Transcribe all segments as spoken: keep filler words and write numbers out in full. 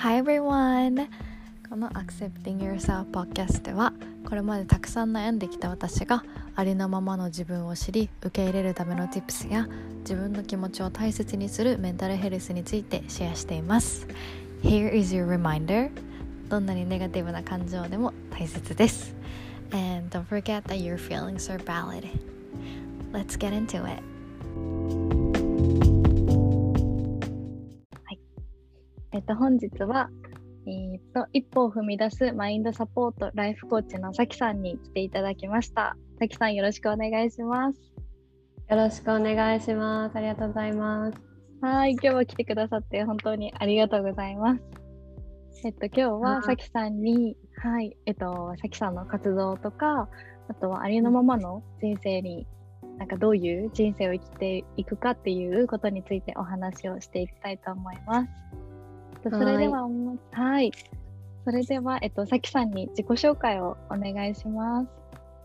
Hi everyone! この Accepting Yourself Podcast ではこれまでたくさん悩んできた私がありのままの自分を知り受け入れるための Tips や自分の気持ちを大切にするメンタルヘルスについてシェアしています。 Here is your reminder. どんなにネガティブな感情でも大切です。 And don't forget that your feelings are valid. Let's get into it. はい、えっと本日はえー、と一歩を踏み出すマインドサポートライフコーチのさきさんに来ていただきました。さきさん、よろしくお願いします。 よろしくお願いします。ありがとうございます。 はい、今日は来てくださって本当にありがとうございます。えっと今日はさきさんに、はい、えっとさきさんの活動とか、あとはありのままの人生になんかどういう人生を生きていくかっていうことについてお話をしていきたいと思います。それでは、はい。それでは、えっと、さきさんに自己紹介をお願いします。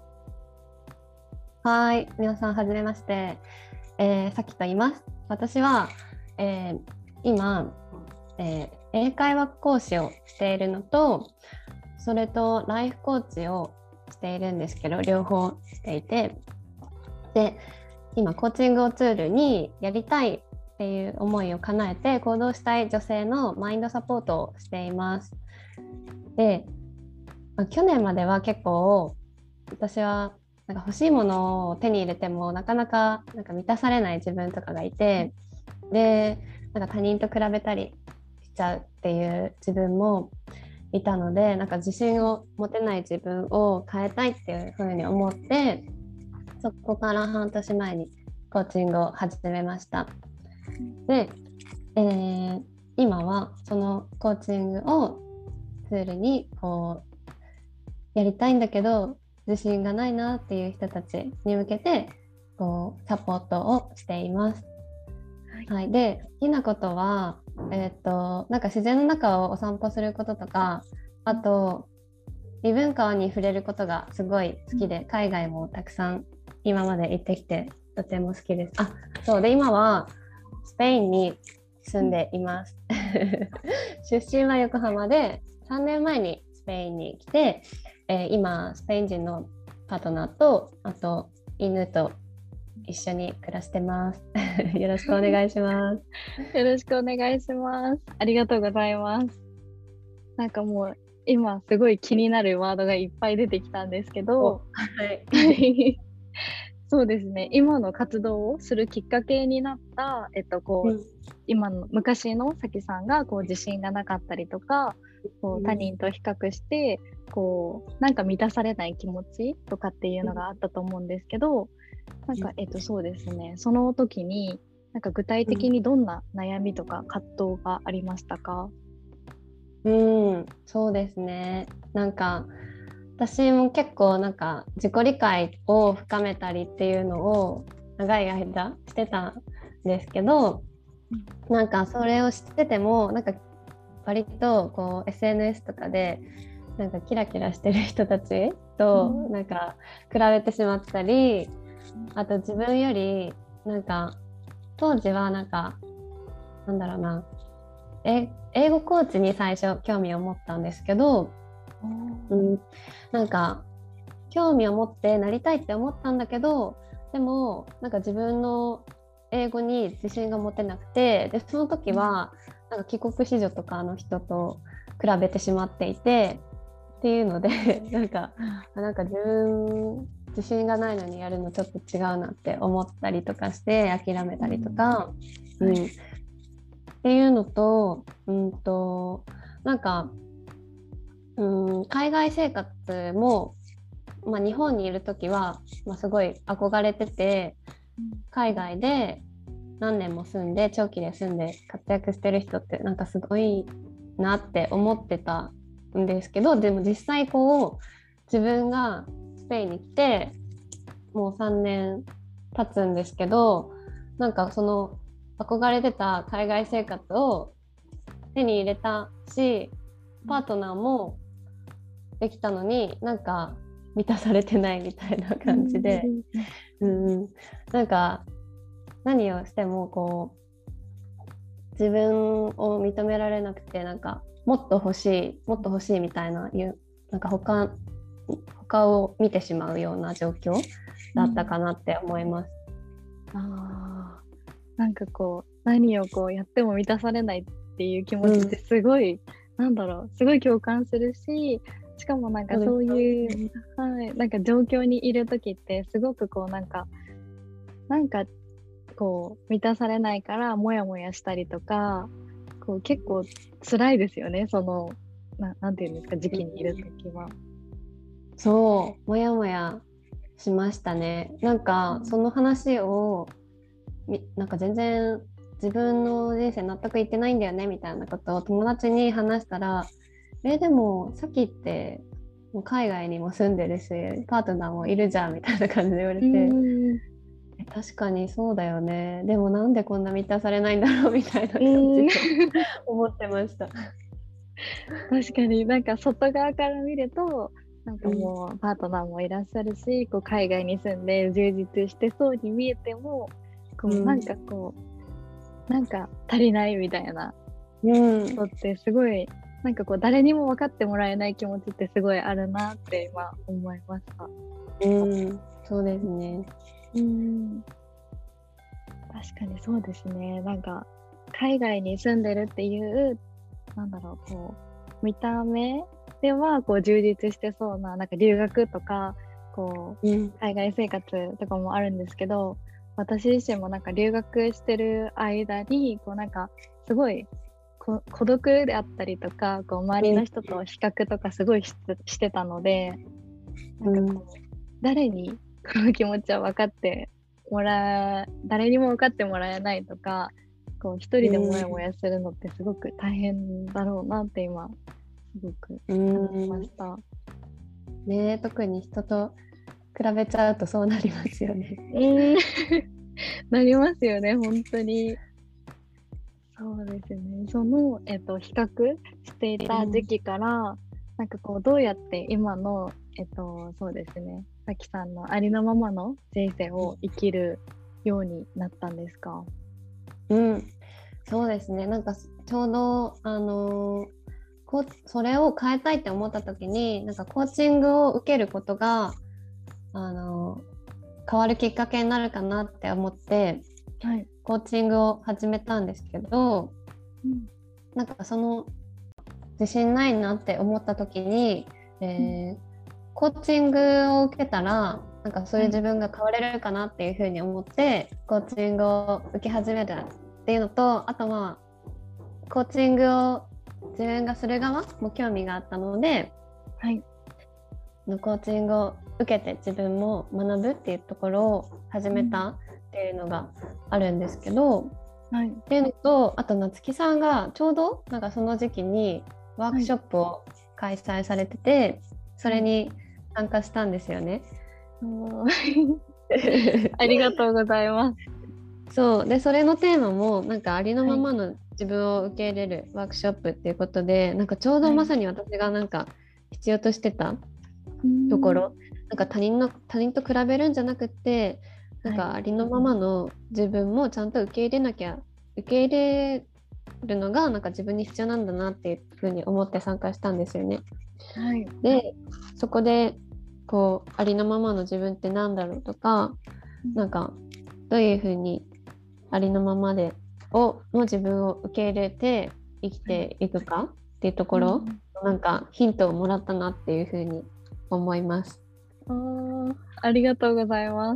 はい、皆さんはじめまして、えー、さきと言います。私は、えー、今、えー、英会話講師をしているのと、それとライフコーチをしているんですけど、両方していて、で、今コーチングをツールにやりたいっていう思いを叶えて行動したい女性のマインドサポートをしています。で、まあ、去年までは結構私はなんか欲しいものを手に入れてもなかなかなんか満たされない自分とかがいて、でなんか他人と比べたりしちゃうっていう自分もいたので、なんか自信を持てない自分を変えたいっていうふうに思って、そこから半年前にコーチングを始めました。で、えー、今はそのコーチングをツールにこうやりたいんだけど自信がないなっていう人たちに向けてこうサポートをしています。はいはい、で、好きなことは、えーっと、なんか自然の中をお散歩することとか、あと異文化に触れることがすごい好きで、海外もたくさん今まで行ってきてとても好きです。あ、そうで、今はスペインに住んでいます出身は横浜でさんねんまえにスペインに来て、えー、今スペイン人のパートナーとあと犬と一緒に暮らしてますよろしくお願いしますよろしくお願いします。ありがとうございます。なんかもう今すごい気になるワードがいっぱい出てきたんですけど、はいそうですね、今の活動をするきっかけになった、えっとこう、うん、今の昔のさきさんがこう自信がなかったりとか、こう他人と比較してこうなんか満たされない気持ちとかっていうのがあったと思うんですけど、なんかえっとそうですね、その時になんか具体的にどんな悩みとか葛藤がありましたか？ うん、そうですね。なんか私も結構なんか自己理解を深めたりっていうのを長い間してたんですけど、なんかそれを知っててもなんか割とこう エスエヌエス とかでなんかキラキラしてる人たちとなんか比べてしまったり、あと自分よりなんか当時はなんかなんだろうな、え英語コーチに最初興味を持ったんですけど、うん、なんか興味を持ってなりたいって思ったんだけど、でもなんか自分の英語に自信が持てなくて、でその時はなんか帰国子女とかの人と比べてしまっていてっていうのでなんかなんか自分自信がないのにやるのちょっと違うなって思ったりとかして諦めたりとか、うんうん、っていうのと、うんとなんかうん海外生活も、まあ、日本にいる時は、まあ、すごい憧れてて、海外で何年も住んで長期で住んで活躍してる人ってなんかすごいなって思ってたんですけど、でも実際こう自分がスペインに来てもうさんねん経つんですけど、なんかその憧れてた海外生活を手に入れたし、パートナーもできたのになんか満たされてないみたいな感じで、うんうん、なんか何をしてもこう自分を認められなくて、なんかもっと欲しいもっと欲しいみたいないうなんか他他を見てしまうような状況だったかなって思います。 うん、あなんかこう何をこうやっても満たされないっていう気持ちってすごい、うん、なんだろうすごい共感するし、しかもなんかそういう、はい、なんか状況にいる時ってすごくこうなんかなんかこう満たされないからモヤモヤしたりとか、こう結構辛いですよね、その な, なんていうんですか時期にいる時は。 そうモヤモヤしましたね。なんかその話をなんか全然自分の人生納得いってないんだよねみたいなことを友達に話したら、えでもさっきってもう海外にも住んでるしパートナーもいるじゃんみたいな感じで言われて、え確かにそうだよね、でもなんでこんな満たされないんだろうみたいな感じで思ってました。 確かになんか外側から見るとなんかもうパートナーもいらっしゃるし、こう海外に住んで充実してそうに見えてもこうなんかこう、うん、なんか足りないみたいなことってすごいなんかこう誰にも分かってもらえない気持ちってすごいあるなって今思いました。 うん、そうですね。 うん、確かにそうですね。なんか海外に住んでるっていうなんだろうこう見た目ではこう充実してそうななんか留学とかこう、うん、海外生活とかもあるんですけど、私自身もなんか留学してる間にこうなんかすごいこ孤独であったりとかこう周りの人と比較とかすごい し, してたので、なんかこう、うん、誰にこの気持ちは分かってもら誰にも分かってもらえないとかこう一人でモヤモヤするのってすごく大変だろうなって今すごく感じました。 ね、特に人と比べちゃうとそうなりますよね。 うんなりますよね本当に。そうですね。その、えっと、比較していた時期から、うん、なんかこうどうやって今のえっとそうですねさきさんのありのままの人生を生きるようになったんですか？ うん、そうですね。なんかちょうどあのこそれを変えたいって思った時になんかコーチングを受けることがあの変わるきっかけになるかなって思って、はい、コーチングを始めたんですけど、うん、なんかその自信ないなって思った時に、えーうん、コーチングを受けたらなんかそういう自分が変われるかなっていうふうに思って、はい、コーチングを受け始めるっていうのと、あとまあコーチングを自分がする側も興味があったので、はい、のコーチングを受けて自分も学ぶっていうところを始めたっていうのがあるんですけど、うん、はい、っていうのと、あと夏木さんがちょうどなんかその時期にワークショップを開催されてて、はい、それに参加したんですよね。 はい、ありがとうございます。 そうでそれのテーマもなんかありのままの自分を受け入れるワークショップっていうことで、はい、なんかちょうどまさに私がなんか必要としてたところ、なんか他人の他人と比べるんじゃなくて、なんかありのままの自分もちゃんと受け入れなきゃ受け入れるのがなんか自分に必要なんだなっていうふうに思って参加したんですよね。はい、でそこでこうありのままの自分ってなんだろうとか、なんかどういうふうにありのままでをの自分を受け入れて生きていくかっていうところ、うん、なんかヒントをもらったなっていうふうに思います。 あ, ありがとうございます。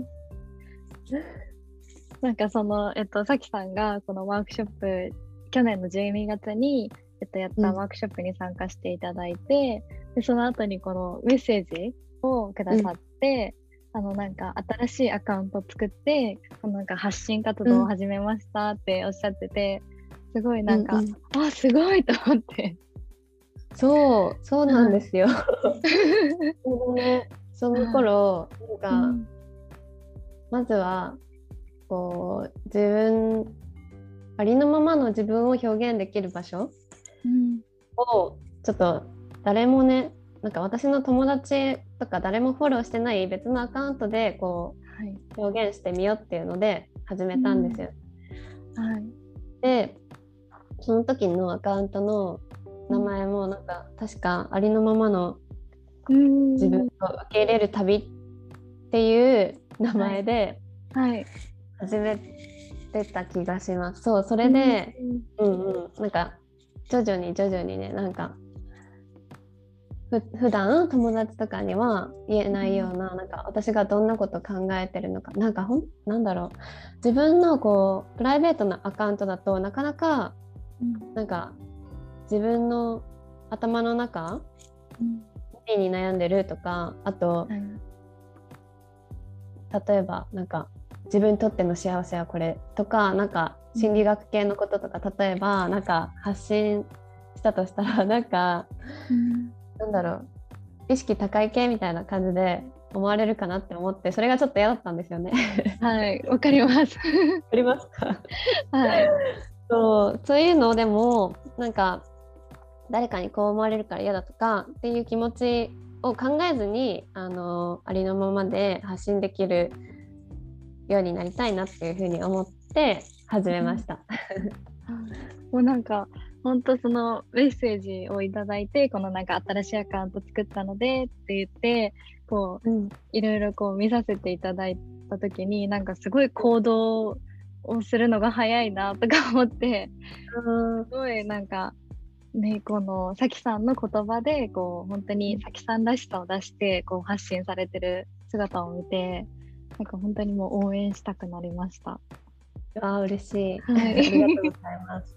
なんかその、えっと、さきさんがこのワークショップ去年のじゅうにがつに、えっと、やったワークショップに参加していただいて、うん、でその後にこのメッセージをくださって、うん、あのなんか新しいアカウントを作ってなんか発信活動を始めましたっておっしゃってて、うん、すごいなんか、うんうん、あすごいと思って。 そうそうなんですよ。そ, ね、その頃なんか、うん、まずはこう自分ありのままの自分を表現できる場所をちょっと誰もねなんか私の友達とか誰もフォローしてない別のアカウントでこう、はい、表現してみようっていうので始めたんですよ。うん、はい、でその時のアカウントの名前もなんか確かありのままのうん自分を受け入れる旅っていう名前ではい始めてた気がします。そう、それで、うんうん、なんか徐々に徐々にね、なんかふ普段友達とかには言えないような、なんか私がどんなこと考えてるのか、なんかほんなんだろう、自分のこうプライベートなアカウントだとなかなかなんか自分の頭の中、何に悩んでるとか、あと、はい、例えばなんか自分にとっての幸せはこれとか、なんか心理学系のこととか、うん、例えばなんか発信したとしたらなんか、うん、なんだろう、意識高い系みたいな感じで思われるかなって思って、それがちょっと嫌だったんですよね。 はい、わかります。 わかりますか？ はい。 そう、そういうのでもなんか誰かにこう思われるから嫌だとかっていう気持ちを考えずに、あのありのままで発信できるようになりたいなっていうふうに思って始めました。 もうなんか本当そのメッセージをいただいて、このなんか新しいアカウント作ったのでって言ってこう、うん、いろいろこう見させていただいた時に、なんかすごい行動をするのが早いなとか思って、うん、すごいなんかね、このさきさんの言葉でこう本当にさきさんらしさを出してこう発信されてる姿を見て、なんか本当にもう応援したくなりました。 あ、嬉しい、はい、ありがとうございます。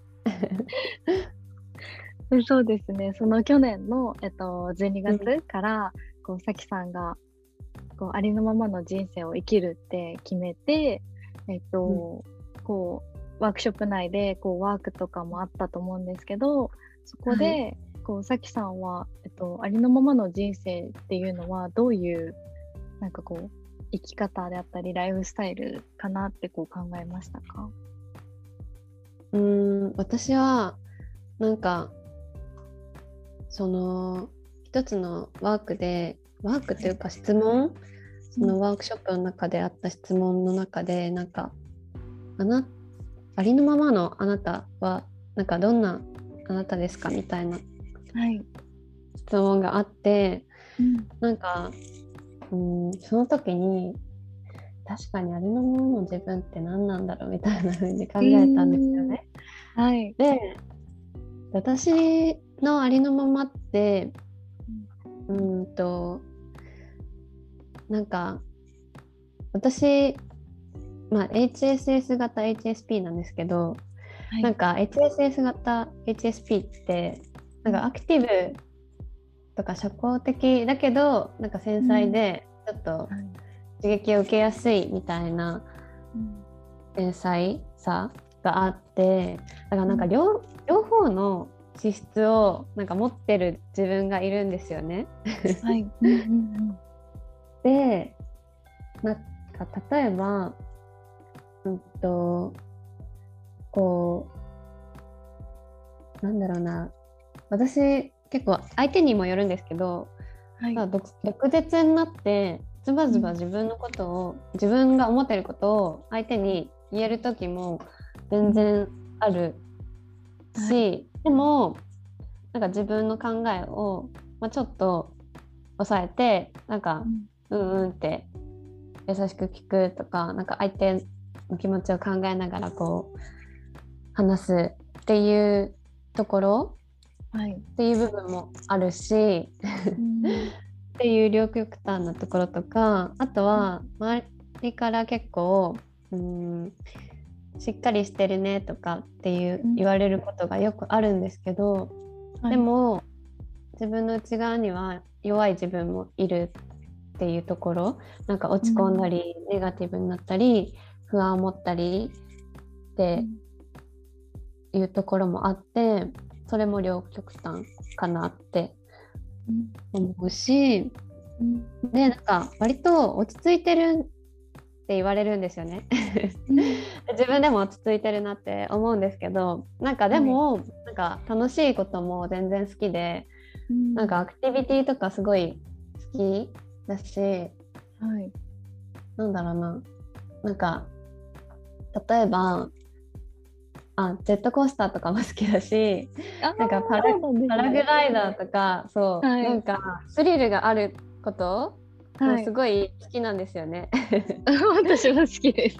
そうですね、その去年の、えっと、じゅうにがつから、うん、こうさきさんがこうありのままの人生を生きるって決めて、えっとうん、こうワークショップ内でこうワークとかもあったと思うんですけど、そこで、はい、こうさきさんは、えっと、ありのままの人生っていうのはどういうなんかこう生き方であったりライフスタイルかなってこう考えましたか？ うーん、私はなんかその一つのワークでワークというか質問、はい、そのワークショップの中であった質問の中で、なんかあなありのままのあなたはなんかどんなあなたですかみたいな質問があって、はい、なんかうんその時に確かにありのままの自分って何なんだろうみたいな風に考えたんですよね。 はい、 で、私のありのままってうんとなんか私、まあ、エイチエスエス 型 エイチエスピー なんですけど、はい、なんか エイチエスエス 型 エイチエスピー ってなんかアクティブとか社交的だけどなんか繊細でちょっと刺激を受けやすいみたいな繊細さがあって、だからなんか 両,、両方の資質をなんか持ってる自分がいるんですよね。はい、うんうんうん、でなんか例えば、うんとこうなんだろうな、私結構相手にもよるんですけど、はい、毒舌になってズバズバ自分のことを、うん、自分が思ってることを相手に言える時も全然あるし、はい、でもなんか自分の考えを、まあ、ちょっと抑えてなんか、うん、うんうんって優しく聞くとか、なんか相手の気持ちを考えながらこう話すっていうところ、はい、っていう部分もあるし、うん、っていう両極端なところとか、あとは周りから結構、うん、しっかりしてるねとかっていう言われることがよくあるんですけど、うん、でも、はい、自分の内側には弱い自分もいるっていうところ、なんか落ち込んだり、うん、ネガティブになったり不安を持ったりっていうところもあって、それも両極端かなって思うし、うん、でなんか割と落ち着いてるって言われるんですよね。うん、自分でも落ち着いてるなって思うんですけど、なんかでも、はい、なんか楽しいことも全然好きで、うん、なんかアクティビティとかすごい好きだし、はい、なんだろうな、なんか例えばあ、ジェットコースターとかも好きだし、なんかパラ、 ね、 パラグライダーとか、そう、はい、なんかスリルがあることもすごい好きなんですよね。 私も好きです。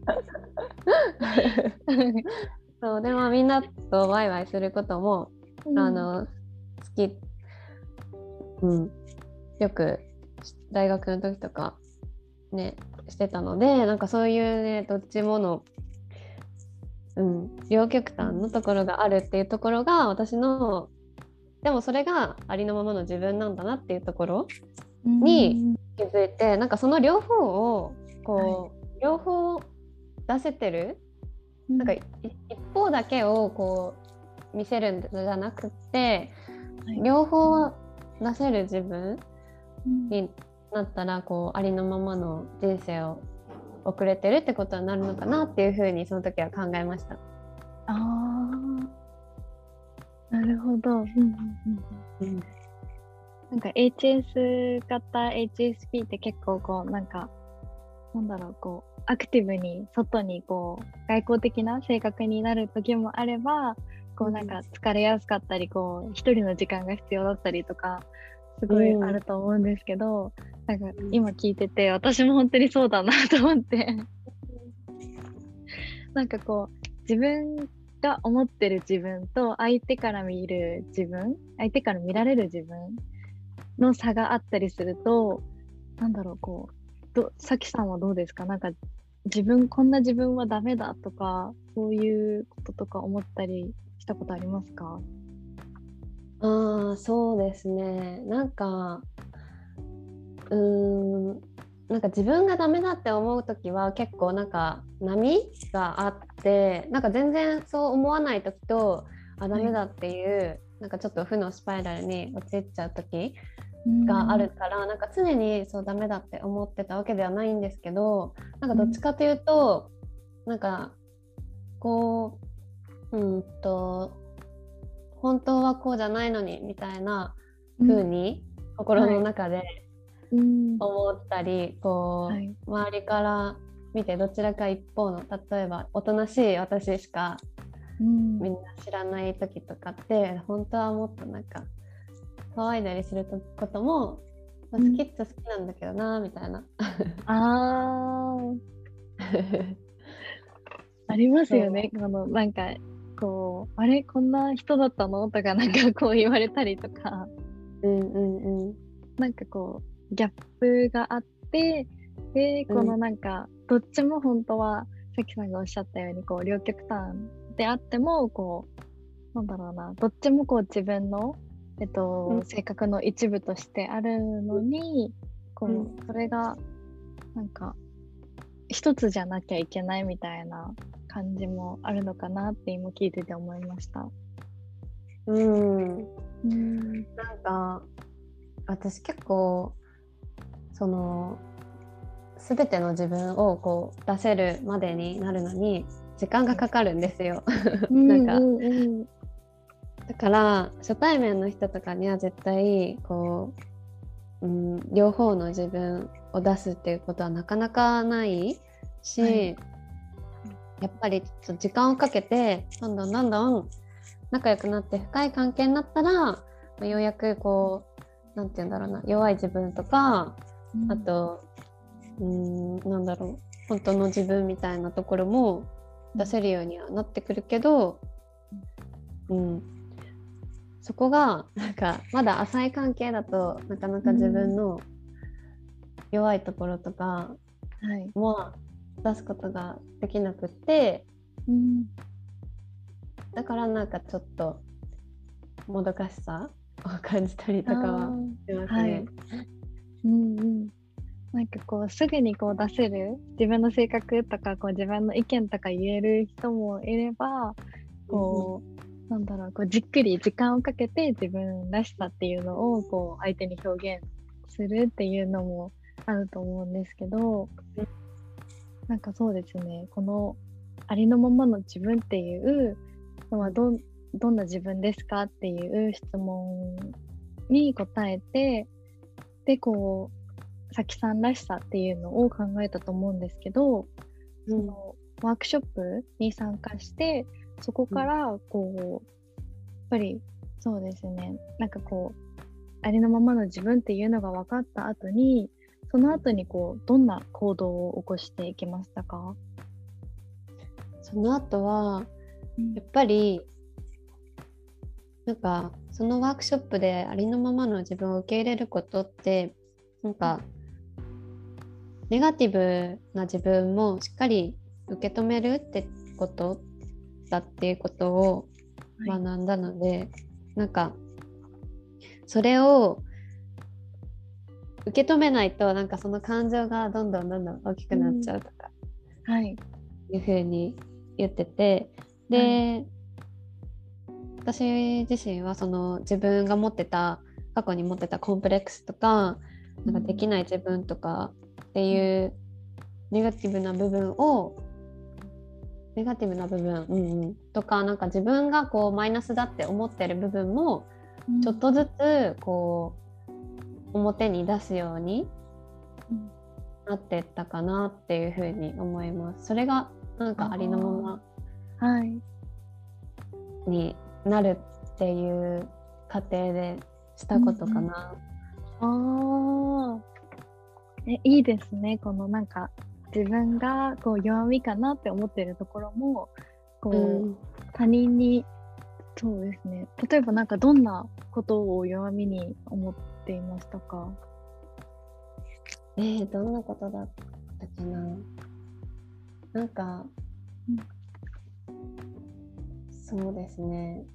そうでもみんなとワイワイすることも、うん、あの好き、うん、よく大学の時とかねしてたので、なんかそういうねどっちもの、うん、両極端のところがあるっていうところが私の、でもそれがありのままの自分なんだなっていうところに気づいて、なんかその両方をこう、はい、両方出せてる、なんか一方だけをこう見せるんじゃなくて、はい、両方出せる自分になったらこうありのままの人生を送れてるってことになるのかなっていうふうにその時は考えました。 あー、なるほど。うんうんうん、なんか エイチエス 型 エイチエスピー って結構こうなんかなんだろうこうアクティブに外にこう外交的な性格になる時もあれば、こうなんか疲れやすかったりこう一人の時間が必要だったりとかすごいあると思うんですけど、うん、なんか今聞いてて私も本当にそうだなと思ってなんかこう自分が思ってる自分と相手から見る自分、相手から見られる自分の差があったりすると、なんだろうこうどさきさんはどうですか？なんか自分こんな自分はダメだとかそういうこととか思ったりしたことありますか？ ああ、そうですね。なんかうーんなんか自分がダメだって思う時は結構なんか波があって、なんか全然そう思わない時と、あダメだっていう、はい、なんかちょっと負のスパイラルに陥っちゃう時があるから、なんか常にそうダメだって思ってたわけではないんですけど、なんかどっちかというと、うん、なんかこううんと本当はこうじゃないのにみたいな風に心の中で思ったり、はい、こう、はい、周りから見てどちらか一方の、例えばおとなしい私しかみんな知らない時とかって、うん、本当はもっとなんか騒いだりすることも、まあ、好きっちゃ好きなんだけどな、うん、みたいなあありますよね。このなんかこうあれこんな人だったのとかなんかこう言われたりとか、うんうんうん、なんかこうギャップがあって、でこのなんか、うん、どっちも本当はさきさんがおっしゃったようにこう両極端であってもこうなんだろうな、どっちもこう自分のえっと、うん、性格の一部としてあるのに、こう、うん、それがなんか一つじゃなきゃいけないみたいな感じもあるのかなって今聞いてて思いました。 うん、うん、なんか私結構その全ての自分をこう出せるまでになるのに時間がかかるんですよ。なんか、うんうんうんだから初対面の人とかには絶対こう、うん、両方の自分を出すっていうことはなかなかないし、はい、やっぱりちょっと時間をかけてどんどんどんどん仲良くなって深い関係になったら、まあ、ようやくこうなんて言うんだろうな、弱い自分とか、うん、あとうんなんだろう本当の自分みたいなところも出せるようにはなってくるけど、うん、そこがなんかまだ浅い関係だとなかなか自分の弱いところとかも出すことができなくって、うん、だからなんかちょっともどかしさを感じたりとかはしますね。はい、 うんうん、なんかこうすぐにこう出せる自分の性格とかこう自分の意見とか言える人もいれば、こう、うん、なんだろうこうじっくり時間をかけて自分らしさっていうのをこう相手に表現するっていうのもあると思うんですけど、うん、なんかそうですね、このありのままの自分っていうのは ど, どんな自分ですかっていう質問に答えて、でこうさきさんらしさっていうのを考えたと思うんですけど、うん、そのワークショップに参加してそこからこう、やっぱりそうですね、なんかこうありのままの自分っていうのが分かった後に、その後にこうどんな行動を起こしていきましたか？ その後はやっぱりなんかそのワークショップでありのままの自分を受け入れることって、なんかネガティブな自分もしっかり受け止めるってことだっていうことを学んだので、はい、なんかそれを受け止めないと、なんかその感情がどんどんどんどん大きくなっちゃうとか、うん、はい、いうふうに言ってて、で、はい、私自身はその自分が持ってた過去に持ってたコンプレックスとか、なんかできない自分とかっていうネガティブな部分をネガティブな部分、うんうん、とか、なんか自分がこうマイナスだって思ってる部分もちょっとずつこう表に出すようになってったかなっていうふうに思います。それがなんかありのままになるっていう過程でしたことかな。 うんうん、あえいいですね。このなんか自分がこう弱みかなって思ってるところもこう、うん、他人にそうですね。例えばなんかどんなことを弱みに思っていましたか？ えー、どんなことだったかな。なんか、うん、そうですね。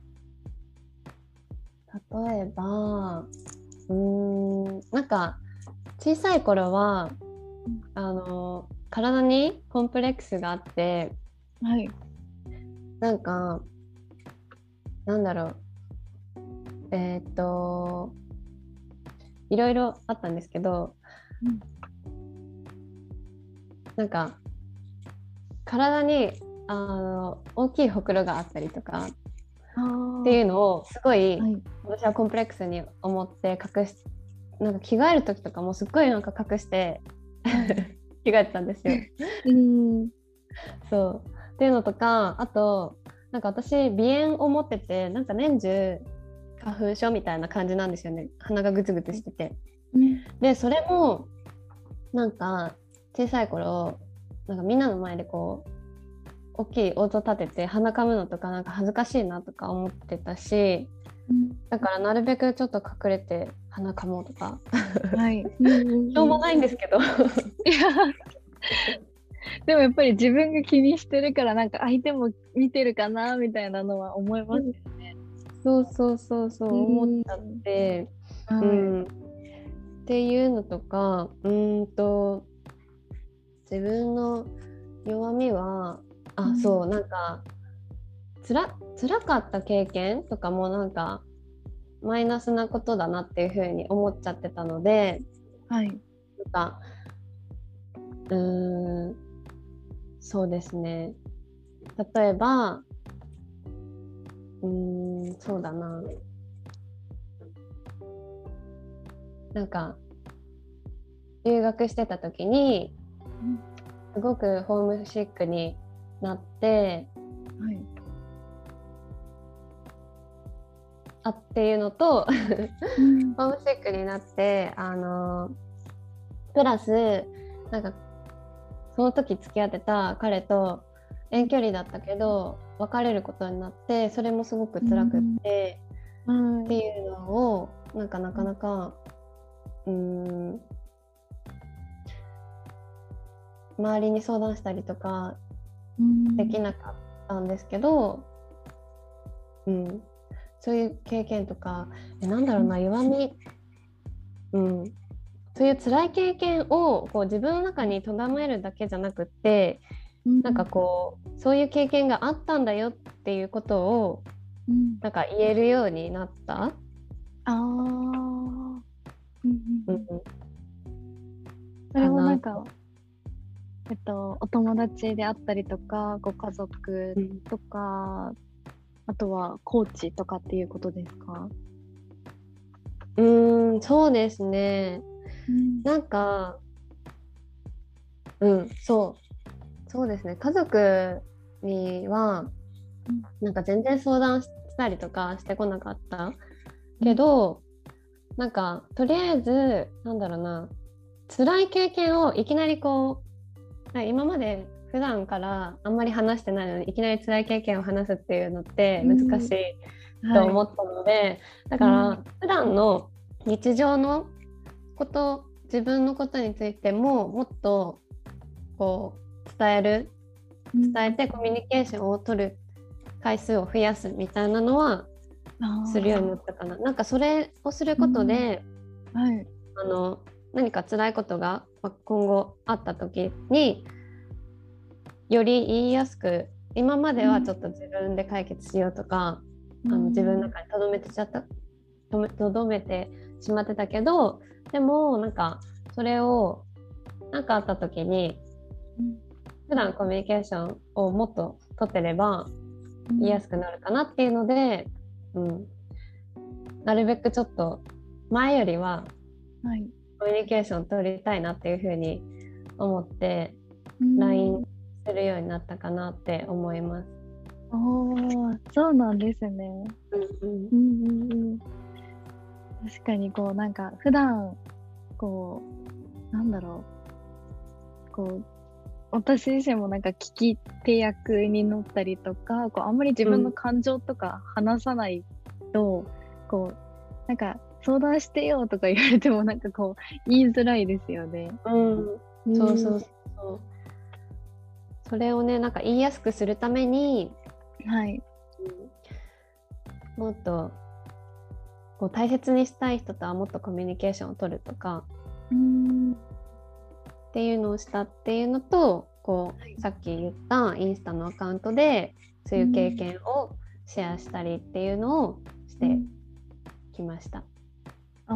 例えば、うーん、なんか小さい頃は、うん、あの体にコンプレックスがあって、はい、なんかなんだろう、えー、っといろいろあったんですけど、うん、なんか体にあの大きいほくろがあったりとかっていうのをすごい、はい、私はコンプレックスに思って隠し、なんか着替える時とかもすっごいなんか隠して着替えてたんですよ。うん、そうっていうのとか、あとなんか私鼻炎を持ってて、なんか年中花粉症みたいな感じなんですよね。鼻がグツグツしてて、うん、でそれもなんか小さい頃なんかみんなの前でこう大きい音立てて鼻かむのとかなんか恥ずかしいなとか思ってたし、うん、だからなるべくちょっと隠れて鼻かもうとか、はい、しょうもないんですけどいやでもやっぱり自分が気にしてるからなんか相手も見てるかなみたいなのは思いますよね。 そうそうそうそう思っちゃって、うん、うん、っていうのとか、うんと自分の弱みはあ、うん、そうなんかつら辛かった経験とかもなんかマイナスなことだなっていう風に思っちゃってたので、はい、なんかうーんそうですね、例えばうーんそうだな、なんか留学してた時にすごくホームシックになって、はい、あっていうのと、うん、ホームシックになってあのプラスなんかその時付き合ってた彼と遠距離だったけど別れることになって、それもすごく辛くって、うん、っていうのをなんかなかなかうーん周りに相談したりとかできなかったんですけど、うん、そういう経験とか、えなんだろうな、弱み、うん、そういう辛い経験をこう自分の中に留めるだけじゃなくって、うん、なんかこうそういう経験があったんだよっていうことを、うん、なんか言えるようになった。ああ、うんうん、 それもなんかえっとお友達であったりとかご家族とか、うん、あとはコーチとかっていうことですか？うーん、そうですね、うん、なんかうんそうそうですね、家族にはなんか全然相談したりとかしてこなかったけど、うん、なんかとりあえずなんだろうな、辛い経験をいきなりこう、今まで普段からあんまり話してないのにいきなり辛い経験を話すっていうのって難しいと思ったので、はい、だから普段の日常のこと、自分のことについてももっとこう伝える伝えてコミュニケーションを取る回数を増やすみたいなのはするようになったかな。なんかそれをすることで、 うんはい、 あの何か辛いことが今後あった時により言いやすく、今まではちょっと自分で解決しようとか、うん、あの自分の中に留めてちゃったとどめてしまってたけど、でもなんかそれを何かあった時に、うん、普段コミュニケーションをもっと取ってれば言いやすくなるかなっていうので、うん、なるべくちょっと前よりはコミュニケーション取りたいなっていうふうに思って、うん、ライン するようになったかなって思います。 おー、そうなんですね。うんうんうんうん、確かにこうなんか普段こうなんだろうこう私自身もなんか聞き手役になったりとか、こうあんまり自分の感情とか話さないと、うん、こうなんか相談してよとか言われてもなんかこう言いづらいですよね。 うん、そうそうそう。それをねなんか言いやすくするために、 はい、 うん、もっとこう大切にしたい人とはもっとコミュニケーションを取るとか、うんっていうのをしたっていうのと、こう、はい、さっき言ったインスタのアカウントでそういう経験をシェアしたりっていうのをしてきました。 うん、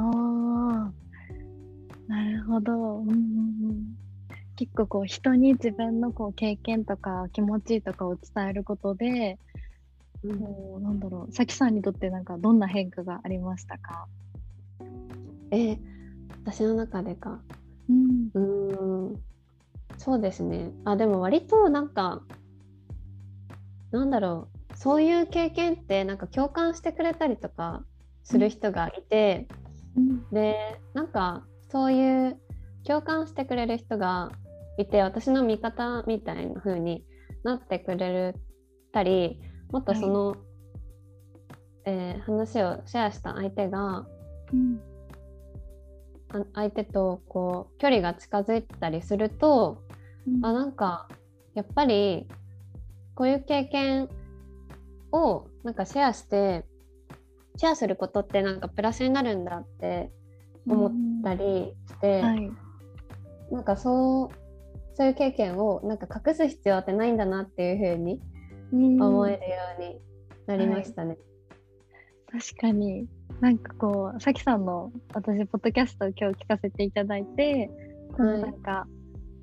あー、なるほど、うんうんうん、結構こう人に自分のこう経験とか気持ちとかを伝えることで、うん、こうなんだろう、さきさんにとってなんかどんな変化がありましたか？ え、私の中でか。うん、うーんそうですね。あ、でも割となんかなんだろう、そういう経験ってなんか共感してくれたりとかする人がいて、うん、でなんかそういう共感してくれる人がいて私の味方みたいな風になってくれたり、もっとその、はい、えー、話をシェアした相手が、うん、相手とこう距離が近づいたりすると、うん、あなんかやっぱりこういう経験をなんかシェアしてシェアすることってなんかプラスになるんだって思ったりして、うんはい、なんかそうそういう経験をなんか隠す必要ってないんだなっていう風に思えるようになりましたね。 はい、確かになんかこうさきさんの私ポッドキャストを今日聞かせていただいて、このなんか、はい、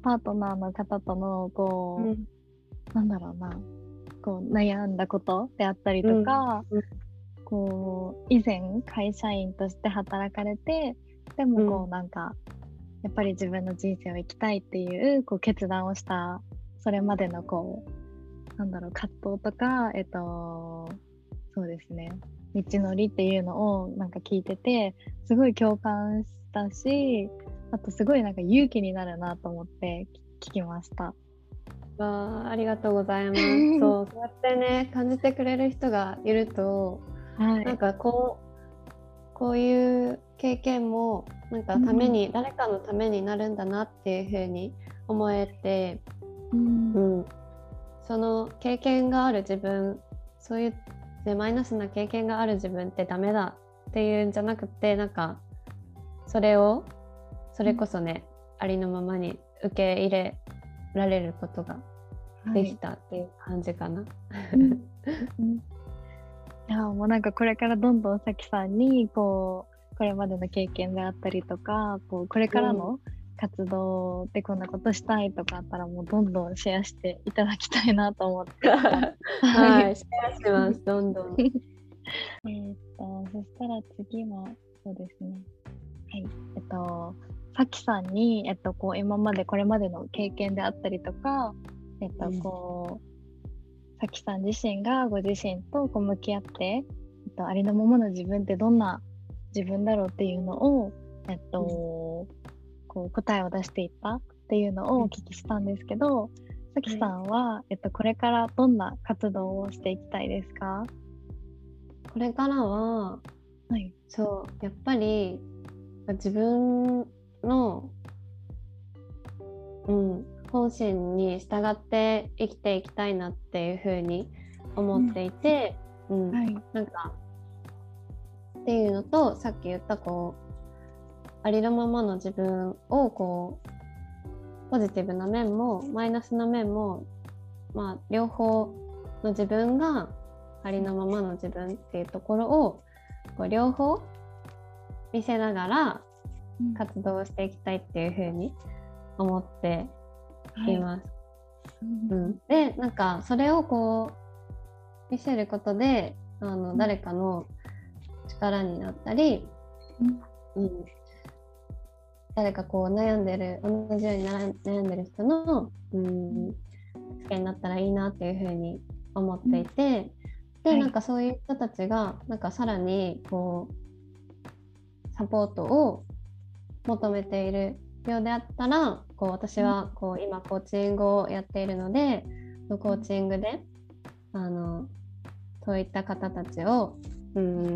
パートナーの方とのこう、うん、なんだろうなこう悩んだことであったりとか、うん、こう以前会社員として働かれてでもこうなんか、うん、やっぱり自分の人生を生きたいっていう、こう決断をしたそれまでのこうなんだろう葛藤とかえっとそうですね道のりっていうのをなんか聞いててすごい共感したし、あとすごいなんか勇気になるなと思って聞きました。 わあ、ありがとうございます。そう、そうやってね感じてくれる人がいると、はい、なんかこうこういう経験もなんかために、うん、誰かのためになるんだなっていう風に思えて、うんうん、その経験がある自分、そういう、ね、マイナスな経験がある自分ってダメだっていうんじゃなくて、なんかそれをそれこそね、うん、ありのままに受け入れられることができたっていう感じかな。はいうんうん、いやもうなんかこれからどんどんさきさんにこうこれまでの経験であったりとかこうこれからの活動でこんなことしたいとかあったらもうどんどんシェアしていただきたいなと思ってはいシェアしますどんどんえっとそしたら次はそうですねはいえっとさきさんに、えっと、こう今までこれまでの経験であったりとか、えっとこうさきさん自身がご自身とこう向き合って、えっと、ありのままの自分ってどんな自分だろうっていうのを、えっと、うん、こう答えを出していったっていうのをお聞きしたんですけど、さきさんは、はい、えっと、これからどんな活動をしていきたいですか？ これからは、はい、そうやっぱり自分の、うん、本心に従って生きていきたいなっていうふうに思っていて、うんうん、はい、なんかっていうのと、さっき言ったこうありのままの自分をこうポジティブな面もマイナスな面も、まあ、両方の自分がありのままの自分っていうところをこう両方見せながら活動していきたいっていうふうに思っています。はい、うん、でなんかそれをこう見せることであの誰かの力になったり、うんうん、誰かこう悩んでる同じように悩んでる人の、うん、助けになったらいいなっていうふうに思っていて、で、はい、なんかそういう人たちがなんかさらにこうサポートを求めているようであったら、こう私はこう今コーチングをやっているので、コーチングであのそういった方たちを、うん、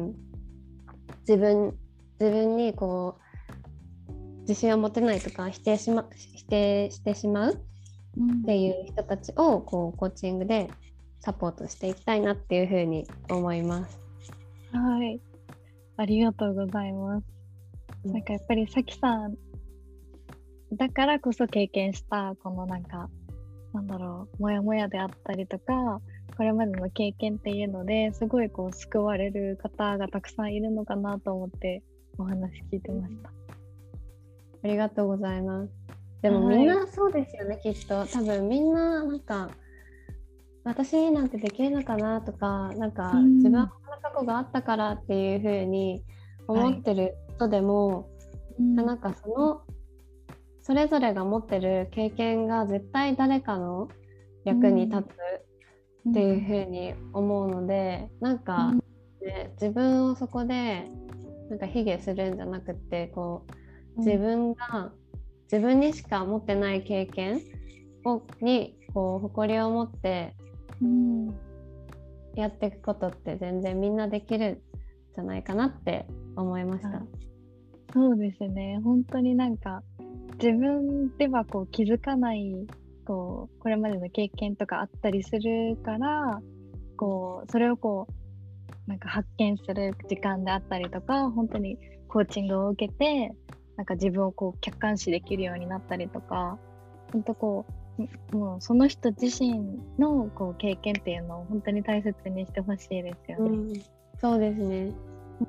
自分自分にこう自信を持てないとか否定しま否定してしまうっていう人たちをこうコーチングでサポートしていきたいなっていうふうに思います。 はい、ありがとうございます。うん、なんかやっぱりさきさんだからこそ経験したこのなんかなんだろうモヤモヤであったりとかこれまでの経験っていうのですごいこう救われる方がたくさんいるのかなと思ってお話聞いてました。 ありがとうございます。でもみんなそうですよね、はい、きっと多分みんななんか私なんてできるのかなとかなんか自分はこの過去があったからっていう風に思ってる人でも、はい、なんかそのそれぞれが持ってる経験が絶対誰かの役に立つっていう風に思うので、うん、なんか、ね、自分をそこでなんか卑下するんじゃなくてこう自分が自分にしか持ってない経験をにこう誇りを持ってやっていくことって全然みんなできるんじゃないかなって思いました。 そうですね、本当になんか自分ではこう気づかないこうこれまでの経験とかあったりするからこうそれをこうなんか発見する時間であったりとか本当にコーチングを受けてなんか自分をこう客観視できるようになったりとか本当こうもうその人自身のこう経験っていうのを本当に大切にしてほしいですよね。うん、 そうですね。 うん、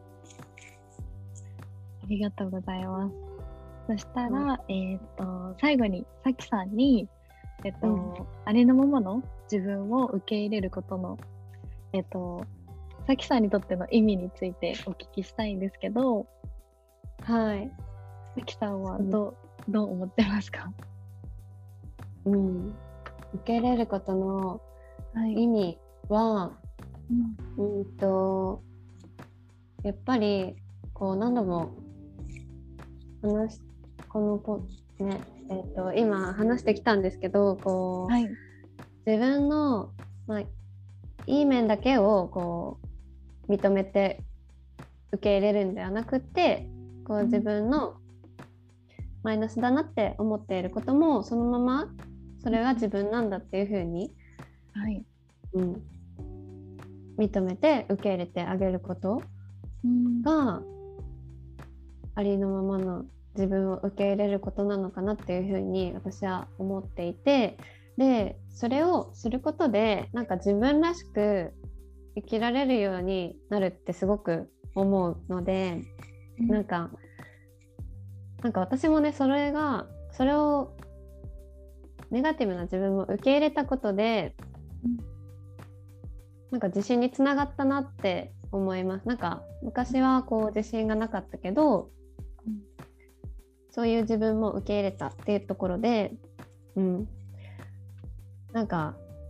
ありがとうございます。そしたら、うん、えっと最後にさきさんに、えっとうん、ありのままの自分を受け入れることの、えっとさきさんにとっての意味についてお聞きしたいんですけど、 はい。 さきさんはどう、うん、どう思ってますか？ うん、受け入れることの意味は、はい、うん、うんとやっぱりこう何度も話しこのポ、ねえー、と今話してきたんですけどこう、はい、自分の、まあ、いい面だけをこう認めて受け入れるんではなくてこう自分のマイナスだなって思っていることもそのままそれは自分なんだっていう風に、はいうん、認めて受け入れてあげることが、うん、ありのままの自分を受け入れることなのかなっていう風に私は思っていて、でそれをすることでなんか自分らしく生きられるようになるってすごく思うので、うん、なんかなんか私もねそれがそれをネガティブな自分を受け入れたことで、うん、なんか自信につながったなって思います。なんか昔はこう自信がなかったけど、うん、そういう自分も受け入れたっていうところで、うん、なんか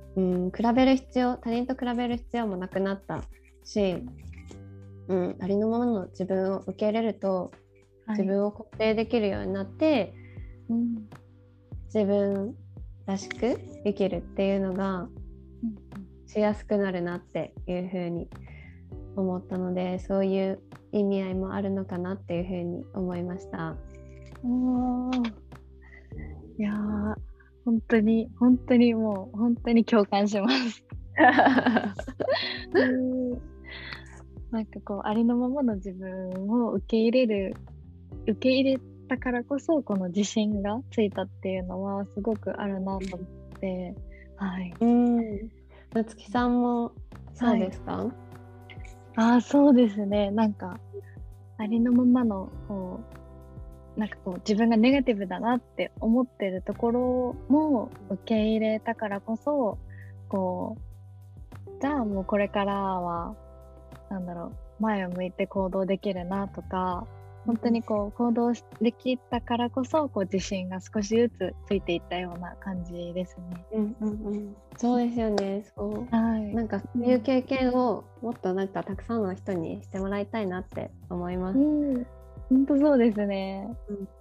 うん、比べる必要他人と比べる必要もなくなったし、うん、ありのままの自分を受け入れると、はい、自分を肯定できるようになって、うん、自分らしく生きるっていうのがしやすくなるなっていうふうに思ったので、そういう意味合いもあるのかなっていうふうに思いました。 おー、いやー本当に本当にもう本当に共感しますうんなんかこうありのままの自分を受け入れる受け入れたからこそこの自信がついたっていうのはすごくあるなと思って、はい。 うん。なつきさんもそうですか？はい、 あ、そうですね。なんかありのままのこうなんかこう自分がネガティブだなって思ってるところも受け入れたからこそ、こうじゃあもうこれからはなんだろう前を向いて行動できるなとか、本当にこう行動できたからこそこう自信が少しずつついていったような感じですね。 うんうんうん、そうですよね。そう、はい、なんかそういう経験をもっとなんかたくさんの人にしてもらいたいなって思います。 うん、本当そうですね。うん、はい、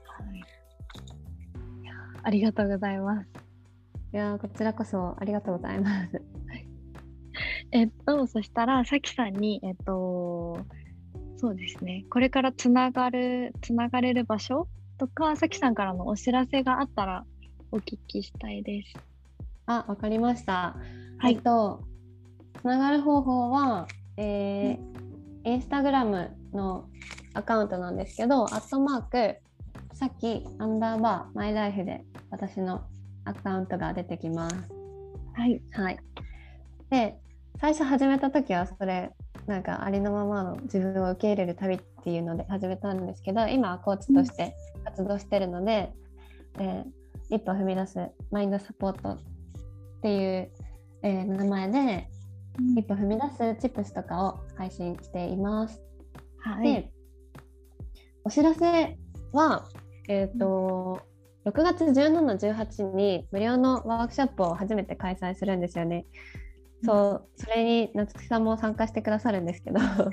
ありがとうございます。 いやこちらこそありがとうございます。 えっとそしたらさきさんにえっとそうですね。これからつながるつながれる場所とか、さきさんからのお知らせがあったらお聞きしたいです。 あ、わかりました。はい。えっとつながる方法は、えー、インスタグラムのアカウントなんですけど、アットマークさっきアンダーバーマイライフで私のアカウントが出てきます。 はい。 はい。で、最初始めた時はそれなんかありのままの自分を受け入れる旅っていうので始めたんですけど、今はコーチとして活動してるので、うん、えー、一歩踏み出すマインドサポートっていう、えー、名前で、うん、一歩踏み出すチップスとかを配信しています。はい、でお知らせは、えーとうん、ろくがつじゅうしち、じゅうはちに無料のワークショップを初めて開催するんですよね。そう、それに夏木さんも参加してくださるんですけどはい、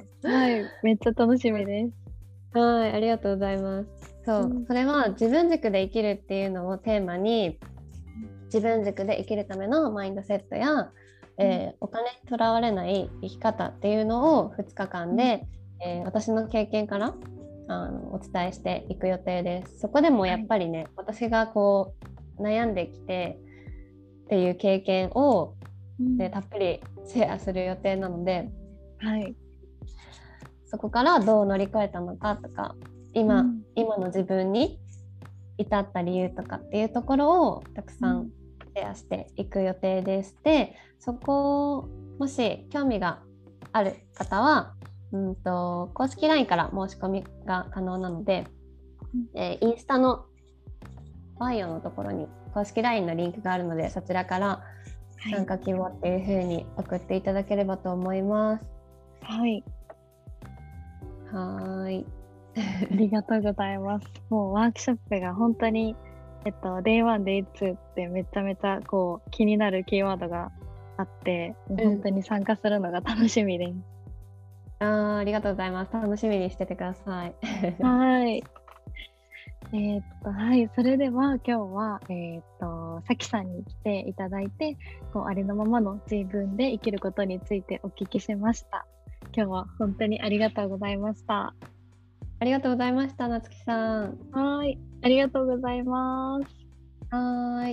めっちゃ楽しみです。 はい、ありがとうございます。そう、うん、それは自分軸で生きるっていうのをテーマに、自分軸で生きるためのマインドセットや、えー、お金にとらわれない生き方っていうのをふつかかんで、えー、私の経験からあのお伝えしていく予定です。そこでもやっぱりね、はい、私がこう悩んできてっていう経験をでたっぷりシェアする予定なので、はい、そこからどう乗り越えたのかとか 今,、うん、今の自分に至った理由とかっていうところをたくさんシェアしていく予定です。で、そこもし興味がある方は、うんと、公式 ライン から申し込みが可能なので、うん、えー、インスタのバイオのところに公式 ライン のリンクがあるので、そちらから参加希望っていう風に送っていただければと思います。 はい。 はい。 ありがとうございます。もうワークショップが本当に、えっと、デイワン、デイツー ってめちゃめちゃこう気になるキーワードがあって、もう本当に参加するのが楽しみです。 うん、あ, ありがとうございます。楽しみにしててください。 はい。えー、っとはい、それでは今日は、えー、っとさきさんに来ていただいて、こうありのままの自分で生きることについてお聞きしました。今日は本当にありがとうございました。 ありがとうございました、なつきさん。 はい、ありがとうございます。 はい。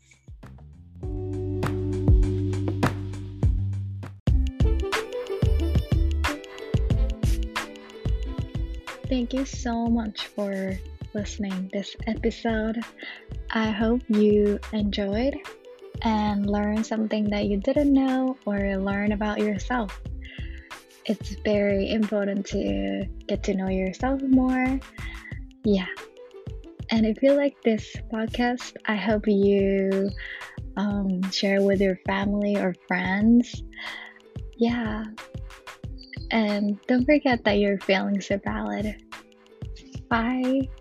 Thank you so much for listening this episode. I hope you enjoyed and learned something that you didn't know or learn about yourself. It's very important to get to know yourself more. Yeah. And if you like this podcast, I hope you um, share with your family or friends. Yeah. And don't forget that your feelings are valid. Bye.